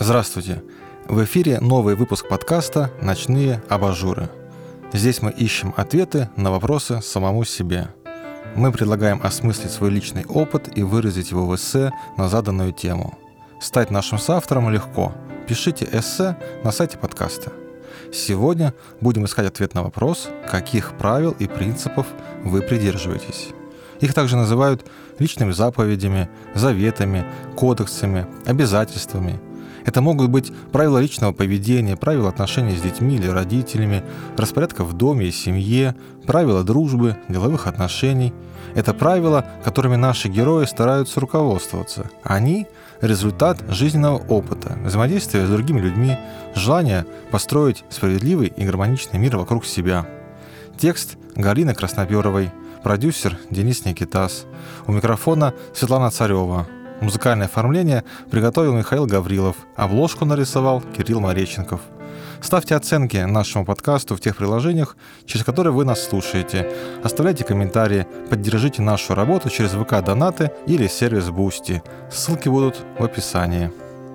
Здравствуйте! В эфире новый выпуск подкаста «Ночные абажуры». Здесь мы ищем ответы на вопросы самому себе. Мы предлагаем осмыслить свой личный опыт и выразить его в эссе на заданную тему. Стать нашим соавтором легко. Пишите эссе на сайте подкаста. Сегодня будем искать ответ на вопрос, каких правил и принципов вы придерживаетесь. Их также называют личными заповедями, заветами, кодексами, обязательствами. Это могут быть правила личного поведения, правила отношений с детьми или родителями, распорядка в доме и семье, правила дружбы, деловых отношений. Это правила, которыми наши герои стараются руководствоваться. Они – результат жизненного опыта, взаимодействия с другими людьми, желания построить справедливый и гармоничный мир вокруг себя. Текст Галины Красноперовой, продюсер Денис Никитас, у микрофона Светлана Царева. Музыкальное оформление приготовил Михаил Гаврилов, обложку нарисовал Кирилл Мареченков. Ставьте оценки нашему подкасту в тех приложениях, через которые вы нас слушаете. Оставляйте комментарии, поддержите нашу работу через ВК-донаты или сервис Boosty. Ссылки будут в описании.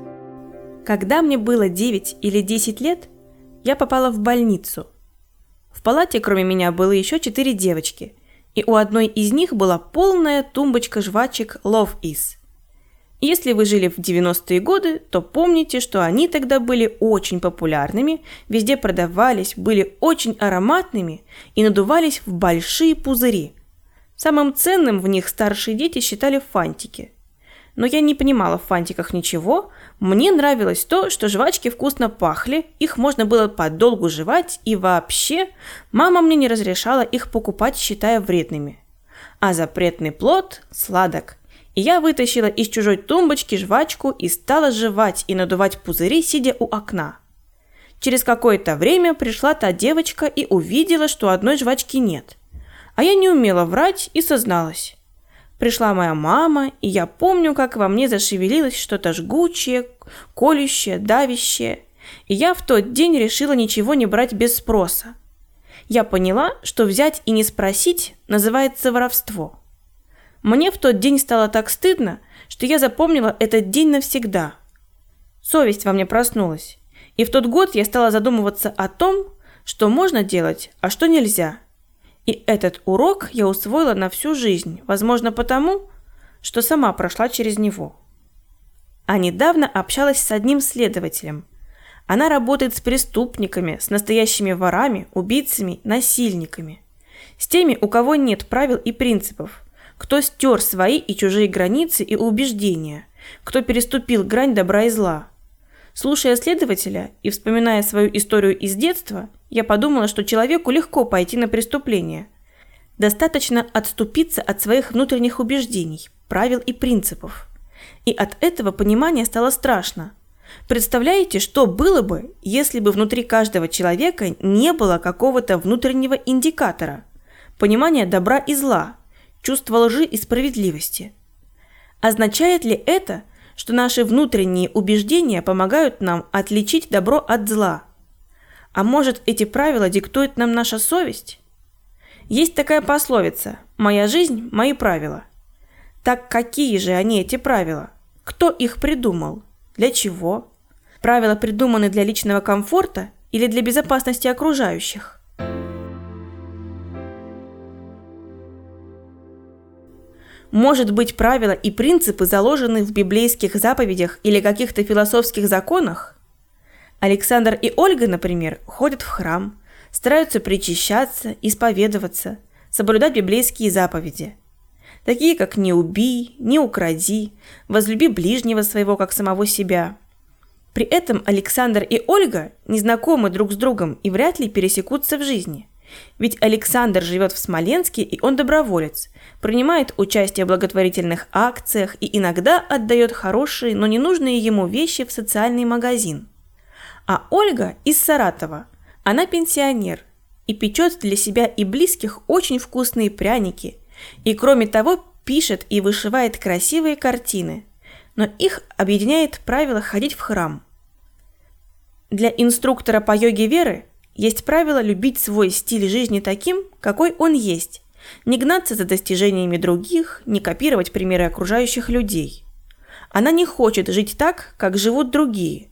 Когда мне было 9 или 10 лет, я попала в больницу. В палате кроме меня было еще 4 девочки, и у одной из них была полная тумбочка жвачек Love Is. Если вы жили в 90-е годы, то помните, что они тогда были очень популярными, везде продавались, были очень ароматными и надувались в большие пузыри. Самым ценным в них старшие дети считали фантики. Но я не понимала в фантиках ничего, мне нравилось то, что жвачки вкусно пахли, их можно было подолгу жевать, и вообще мама мне не разрешала их покупать, считая вредными. А запретный плод сладок. И я вытащила из чужой тумбочки жвачку и стала жевать и надувать пузыри, сидя у окна. Через какое-то время пришла та девочка и увидела, что одной жвачки нет. А я не умела врать и созналась. Пришла моя мама, и я помню, как во мне зашевелилось что-то жгучее, колющее, давящее. И я в тот день решила ничего не брать без спроса. Я поняла, что взять и не спросить называется воровство. Мне в тот день стало так стыдно, что я запомнила этот день навсегда. Совесть во мне проснулась, и в тот год я стала задумываться о том, что можно делать, а что нельзя. И этот урок я усвоила на всю жизнь, возможно потому, что сама прошла через него. А недавно общалась с одним следователем. Она работает с преступниками, с настоящими ворами, убийцами, насильниками. С теми, у кого нет правил и принципов. Кто стер свои и чужие границы и убеждения, кто переступил грань добра и зла. Слушая следователя и вспоминая свою историю из детства, я подумала, что человеку легко пойти на преступление. Достаточно отступиться от своих внутренних убеждений, правил и принципов. И от этого понимания стало страшно. Представляете, что было бы, если бы внутри каждого человека не было какого-то внутреннего индикатора, понимания добра и зла, чувство лжи и справедливости? Означает ли это, что наши внутренние убеждения помогают нам отличить добро от зла? А может, эти правила диктует нам наша совесть? Есть такая пословица «Моя жизнь – мои правила». Так какие же они, эти правила? Кто их придумал? Для чего? Правила придуманы для личного комфорта или для безопасности окружающих? Может быть, правила и принципы заложены в библейских заповедях или каких-то философских законах? Александр и Ольга, например, ходят в храм, стараются причащаться, исповедоваться, соблюдать библейские заповеди. Такие, как «не убий», «не укради», «возлюби ближнего своего, как самого себя». При этом Александр и Ольга не знакомы друг с другом и вряд ли пересекутся в жизни. Ведь Александр живет в Смоленске, и он доброволец, принимает участие в благотворительных акциях и иногда отдает хорошие, но ненужные ему вещи в социальный магазин. А Ольга из Саратова, она пенсионер и печет для себя и близких очень вкусные пряники, и кроме того пишет и вышивает красивые картины, но их объединяет правило ходить в храм. Для инструктора по йоге Веры есть правило любить свой стиль жизни таким, какой он есть, не гнаться за достижениями других, не копировать примеры окружающих людей. Она не хочет жить так, как живут другие,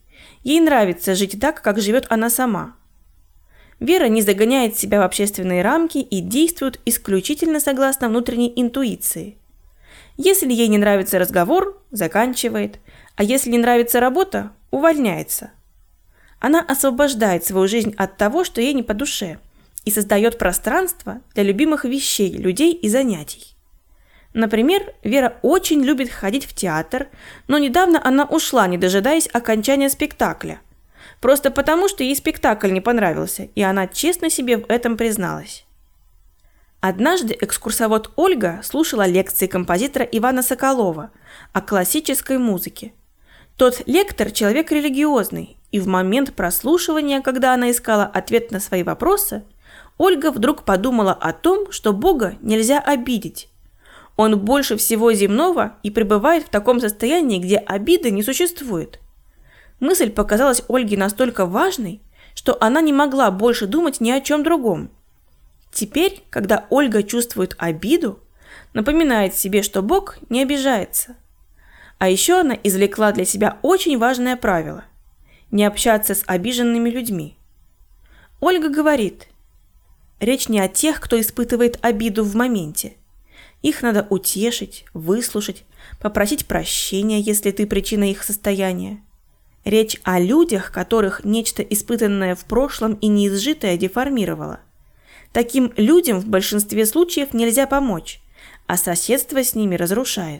Ей нравится жить так, как живет она сама. Вера не загоняет себя в общественные рамки и действует исключительно согласно внутренней интуиции. Если ей не нравится разговор, заканчивает, а если не нравится работа, увольняется. Она освобождает свою жизнь от того, что ей не по душе, и создает пространство для любимых вещей, людей и занятий. Например, Вера очень любит ходить в театр, но недавно она ушла, не дожидаясь окончания спектакля. Просто потому, что ей спектакль не понравился, и она честно себе в этом призналась. Однажды экскурсовод Ольга слушала лекции композитора Ивана Соколова о классической музыке. Тот лектор – человек религиозный, и в момент прослушивания, когда она искала ответ на свои вопросы, Ольга вдруг подумала о том, что Бога нельзя обидеть. Он больше всего земного и пребывает в таком состоянии, где обиды не существует. Мысль показалась Ольге настолько важной, что она не могла больше думать ни о чем другом. Теперь, когда Ольга чувствует обиду, напоминает себе, что Бог не обижается. А еще она извлекла для себя очень важное правило – не общаться с обиженными людьми. Ольга говорит: речь не о тех, кто испытывает обиду в моменте. Их надо утешить, выслушать, попросить прощения, если ты причина их состояния. Речь о людях, которых нечто испытанное в прошлом и неизжитое деформировало. Таким людям в большинстве случаев нельзя помочь, а соседство с ними разрушает.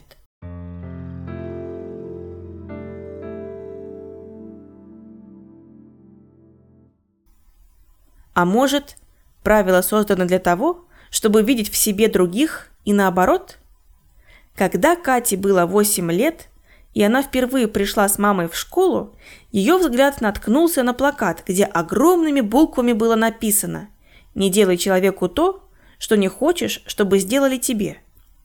А может, правила созданы для того, чтобы видеть в себе других и наоборот? Когда Кате было 8 лет, и она впервые пришла с мамой в школу, ее взгляд наткнулся на плакат, где огромными буквами было написано: «Не делай человеку то, что не хочешь, чтобы сделали тебе».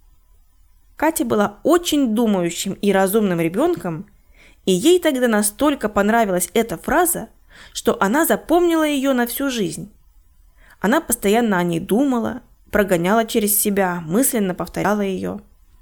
Катя была очень думающим и разумным ребенком, и ей тогда настолько понравилась эта фраза, что она запомнила ее на всю жизнь. Она постоянно о ней думала, прогоняла через себя, мысленно повторяла ее.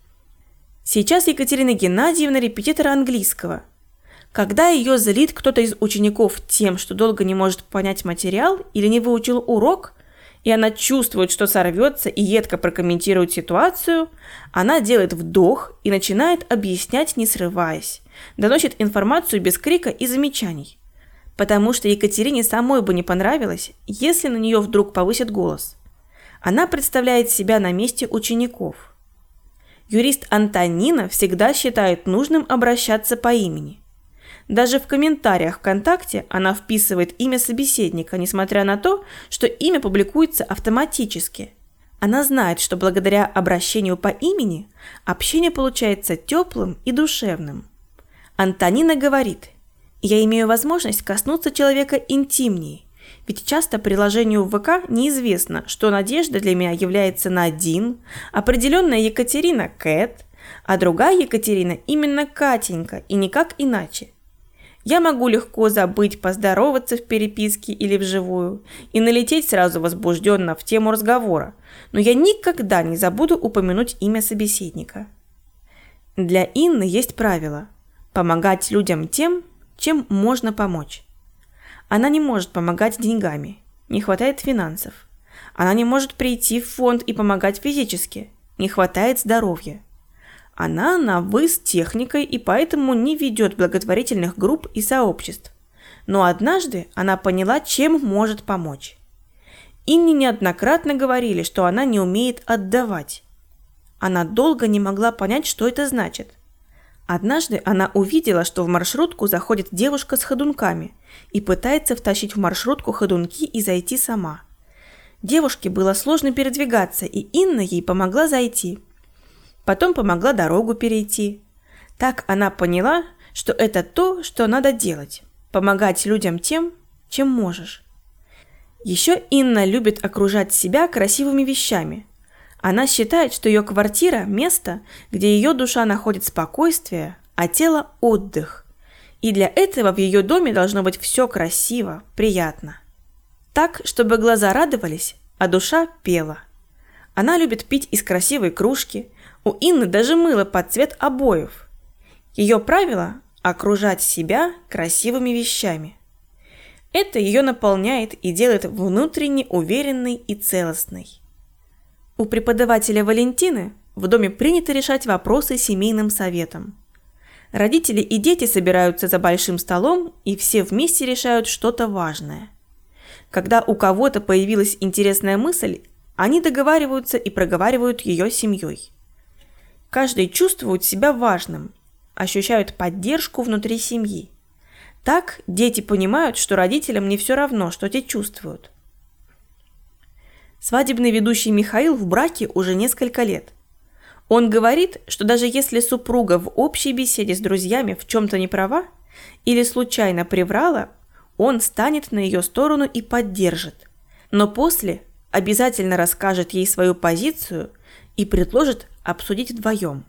Сейчас Екатерина Геннадьевна репетитор английского. Когда ее злит кто-то из учеников тем, что долго не может понять материал или не выучил урок, и она чувствует, что сорвется и едко прокомментирует ситуацию, она делает вдох и начинает объяснять, не срываясь, доносит информацию без крика и замечаний. Потому что Екатерине самой бы не понравилось, если на нее вдруг повысит голос. Она представляет себя на месте учеников. Юрист Антонина всегда считает нужным обращаться по имени. Даже в комментариях ВКонтакте она вписывает имя собеседника, несмотря на то, что имя публикуется автоматически. Она знает, что благодаря обращению по имени общение получается теплым и душевным. Антонина говорит: «Я имею возможность коснуться человека интимнее, ведь часто приложению в ВК неизвестно, что Надежда для меня является Надин, определенная Екатерина – Кэт, а другая Екатерина именно Катенька и никак иначе. Я могу легко забыть поздороваться в переписке или вживую и налететь сразу возбужденно в тему разговора, но я никогда не забуду упомянуть имя собеседника». Для Инны есть правило – помогать людям тем, чем можно помочь. Она не может помогать деньгами, не хватает финансов. Она не может прийти в фонд и помогать физически, не хватает здоровья. Она на «вы» с техникой и поэтому не ведет благотворительных групп и сообществ. Но однажды она поняла, чем может помочь. Инне неоднократно говорили, что она не умеет отдавать. Она долго не могла понять, что это значит. Однажды она увидела, что в маршрутку заходит девушка с ходунками и пытается втащить в маршрутку ходунки и зайти сама. Девушке было сложно передвигаться, и Инна ей помогла зайти. Потом помогла дорогу перейти. Так она поняла, что это то, что надо делать – помогать людям тем, чем можешь. Еще Инна любит окружать себя красивыми вещами. Она считает, что ее квартира – место, где ее душа находит спокойствие, а тело – отдых. И для этого в ее доме должно быть все красиво, приятно. Так, чтобы глаза радовались, а душа пела. Она любит пить из красивой кружки. У Инны даже мыло под цвет обоев. Ее правило окружать себя красивыми вещами. Это ее наполняет и делает внутренне уверенной и целостной. У преподавателя Валентины в доме принято решать вопросы семейным советом. Родители и дети собираются за большим столом, и все вместе решают что-то важное. Когда у кого-то появилась интересная мысль, они договариваются и проговаривают ее семьей. Каждый чувствует себя важным, ощущают поддержку внутри семьи. Так дети понимают, что родителям не все равно, что те чувствуют. Свадебный ведущий Михаил в браке уже несколько лет. Он говорит, что даже если супруга в общей беседе с друзьями в чем-то не права или случайно приврала, он станет на ее сторону и поддержит, но после обязательно расскажет ей свою позицию и предложит обсудить вдвоем.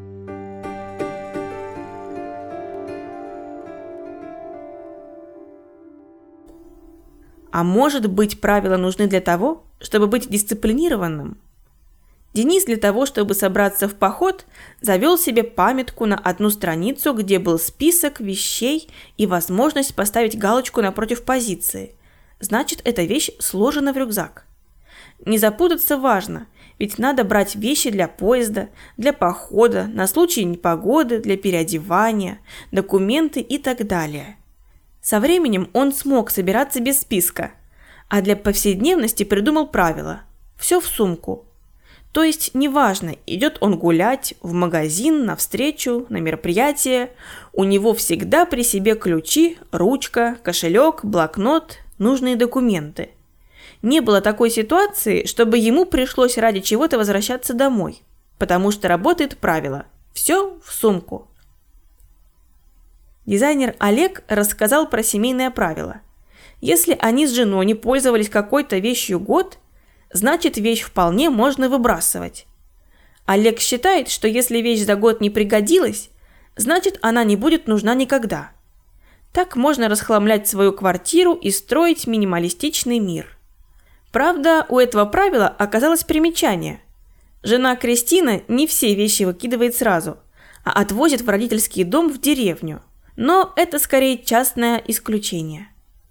А может быть, правила нужны для того, чтобы быть дисциплинированным? Денис для того, чтобы собраться в поход, завел себе памятку на одну страницу, где был список вещей и возможность поставить галочку напротив позиции. Значит, эта вещь сложена в рюкзак. Не запутаться важно, ведь надо брать вещи для поезда, для похода, на случай непогоды, для переодевания, документы и так далее. Со временем он смог собираться без списка, а для повседневности придумал правило – все в сумку. То есть неважно, идет он гулять, в магазин, на встречу, на мероприятие, у него всегда при себе ключи, ручка, кошелек, блокнот, нужные документы. Не было такой ситуации, чтобы ему пришлось ради чего-то возвращаться домой, потому что работает правило «все в сумку». Дизайнер Олег рассказал про семейное правило. Если они с женой не пользовались какой-то вещью год, значит, вещь вполне можно выбрасывать. Олег считает, что если вещь за год не пригодилась, значит, она не будет нужна никогда. Так можно расхламлять свою квартиру и строить минималистичный мир. Правда, у этого правила оказалось примечание. Жена Кристина не все вещи выкидывает сразу, а отвозит в родительский дом в деревню. Но это скорее частное исключение.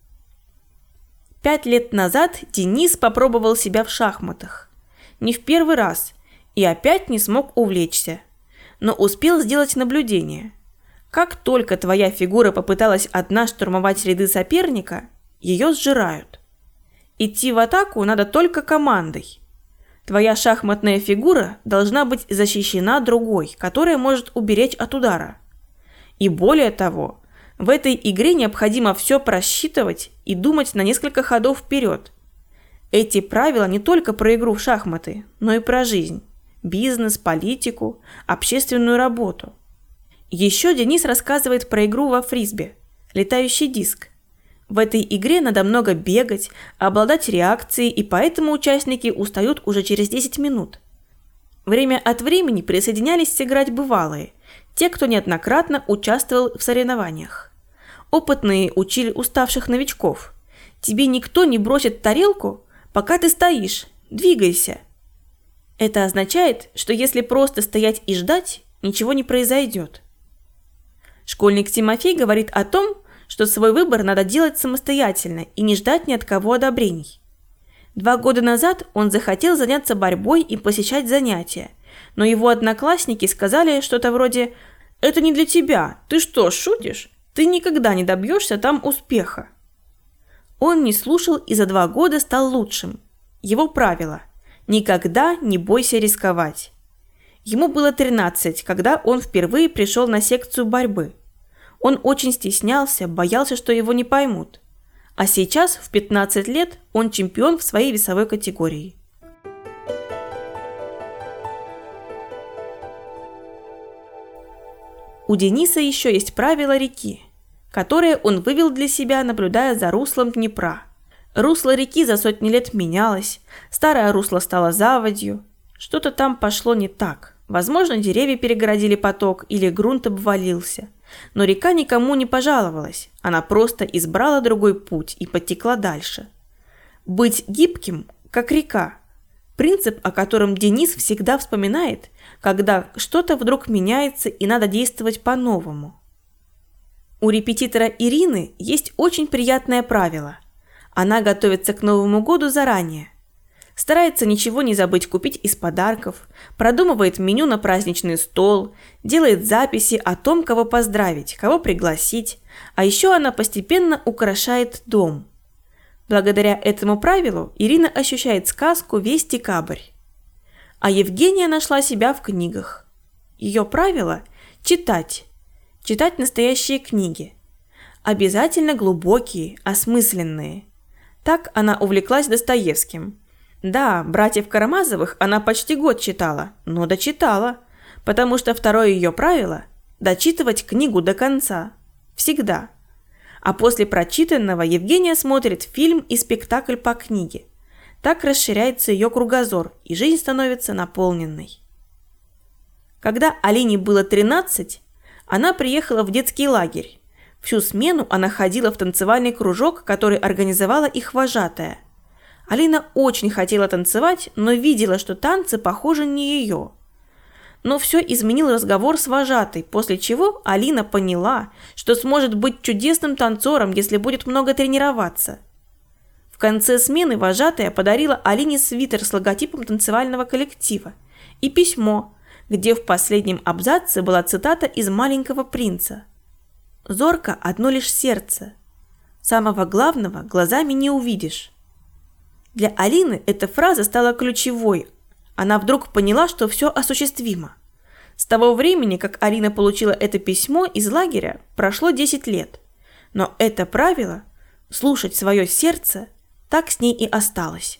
5 лет назад Денис попробовал себя в шахматах. Не в первый раз, и опять не смог увлечься. Но успел сделать наблюдение. Как только твоя фигура попыталась одна штурмовать ряды соперника, ее сжирают. Идти в атаку надо только командой. Твоя шахматная фигура должна быть защищена другой, которая может уберечь от удара. И более того, в этой игре необходимо все просчитывать и думать на несколько ходов вперед. Эти правила не только про игру в шахматы, но и про жизнь, бизнес, политику, общественную работу. Еще Денис рассказывает про игру во фрисби – летающий диск. В этой игре надо много бегать, обладать реакцией, и поэтому участники устают уже через 10 минут. Время от времени присоединялись сыграть бывалые, те, кто неоднократно участвовал в соревнованиях. Опытные учили уставших новичков. Тебе никто не бросит тарелку, пока ты стоишь, двигайся. Это означает, что если просто стоять и ждать, ничего не произойдет. Школьник Тимофей говорит о том, что свой выбор надо делать самостоятельно и не ждать ни от кого одобрений. 2 года назад он захотел заняться борьбой и посещать занятия, но его одноклассники сказали что-то вроде «Это не для тебя, ты что, шутишь? Ты никогда не добьешься там успеха». Он не слушал и за 2 года стал лучшим. Его правило – никогда не бойся рисковать. Ему было 13, когда он впервые пришел на секцию борьбы. Он очень стеснялся, боялся, что его не поймут. А сейчас, в 15 лет, он чемпион в своей весовой категории. У Дениса еще есть правило реки, которое он вывел для себя, наблюдая за руслом Днепра. Русло реки за сотни лет менялось, старое русло стало заводью. Что-то там пошло не так. Возможно, деревья перегородили поток или грунт обвалился. Но река никому не пожаловалась, она просто избрала другой путь и потекла дальше. Быть гибким, как река. Принцип, о котором Денис всегда вспоминает, когда что-то вдруг меняется и надо действовать по-новому. У репетитора Ирины есть очень приятное правило. Она готовится к Новому году заранее. Старается ничего не забыть купить из подарков, продумывает меню на праздничный стол, делает записи о том, кого поздравить, кого пригласить, а еще она постепенно украшает дом. Благодаря этому правилу Ирина ощущает сказку весь декабрь. А Евгения нашла себя в книгах. Ее правило – читать настоящие книги. Обязательно глубокие, осмысленные. Так она увлеклась Достоевским. Да, «Братьев Карамазовых» она почти год читала, но дочитала, потому что второе ее правило – дочитывать книгу до конца. Всегда. А после прочитанного Евгения смотрит фильм и спектакль по книге. Так расширяется ее кругозор, и жизнь становится наполненной. Когда Алине было 13, она приехала в детский лагерь. Всю смену она ходила в танцевальный кружок, который организовала их вожатая. Алина очень хотела танцевать, но видела, что танцы, похоже, не ее. Но все изменил разговор с вожатой, после чего Алина поняла, что сможет быть чудесным танцором, если будет много тренироваться. В конце смены вожатая подарила Алине свитер с логотипом танцевального коллектива и письмо, где в последнем абзаце была цитата из «Маленького принца». «Зорко одно лишь сердце. Самого главного глазами не увидишь». Для Алины эта фраза стала ключевой. Она вдруг поняла, что все осуществимо. С того времени, как Алина получила это письмо из лагеря, прошло 10 лет. Но это правило – слушать свое сердце – так с ней и осталось.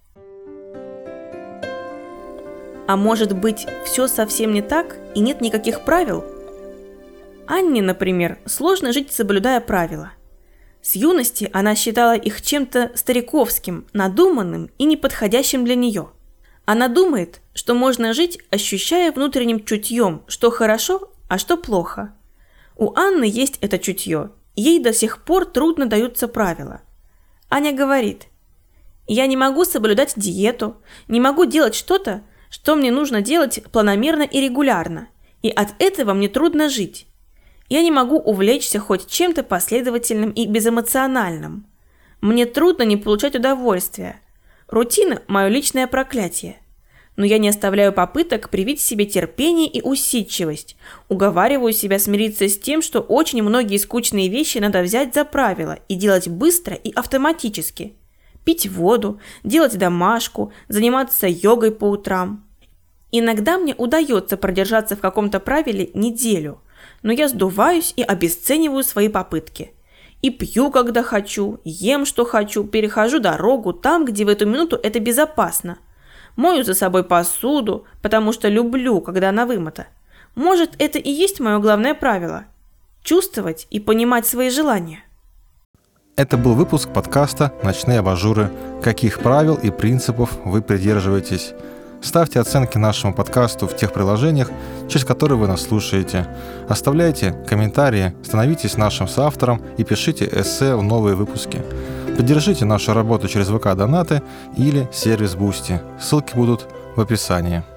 А может быть, все совсем не так и нет никаких правил? Анне, например, сложно жить, соблюдая правила. С юности она считала их чем-то стариковским, надуманным и неподходящим для нее. Она думает, что можно жить, ощущая внутренним чутьем, что хорошо, а что плохо. У Анны есть это чутье, ей до сих пор трудно даются правила. Аня говорит: «Я не могу соблюдать диету, не могу делать что-то, что мне нужно делать планомерно и регулярно, и от этого мне трудно жить. Я не могу увлечься хоть чем-то последовательным и безэмоциональным. Мне трудно не получать удовольствия. Рутина – мое личное проклятие. Но я не оставляю попыток привить себе терпение и усидчивость. Уговариваю себя смириться с тем, что очень многие скучные вещи надо взять за правило и делать быстро и автоматически. Пить воду, делать домашку, заниматься йогой по утрам. Иногда мне удается продержаться в каком-то правиле неделю, но я сдуваюсь и обесцениваю свои попытки. И пью, когда хочу, ем, что хочу, перехожу дорогу там, где в эту минуту это безопасно. Мою за собой посуду, потому что люблю, когда она вымыта. Может, это и есть мое главное правило – чувствовать и понимать свои желания». Это был выпуск подкаста «Ночные абажуры». Каких правил и принципов вы придерживаетесь? Ставьте оценки нашему подкасту в тех приложениях, через которые вы нас слушаете. Оставляйте комментарии, становитесь нашим соавтором и пишите эссе в новые выпуски. Поддержите нашу работу через ВК Донаты или сервис Boosty. Ссылки будут в описании.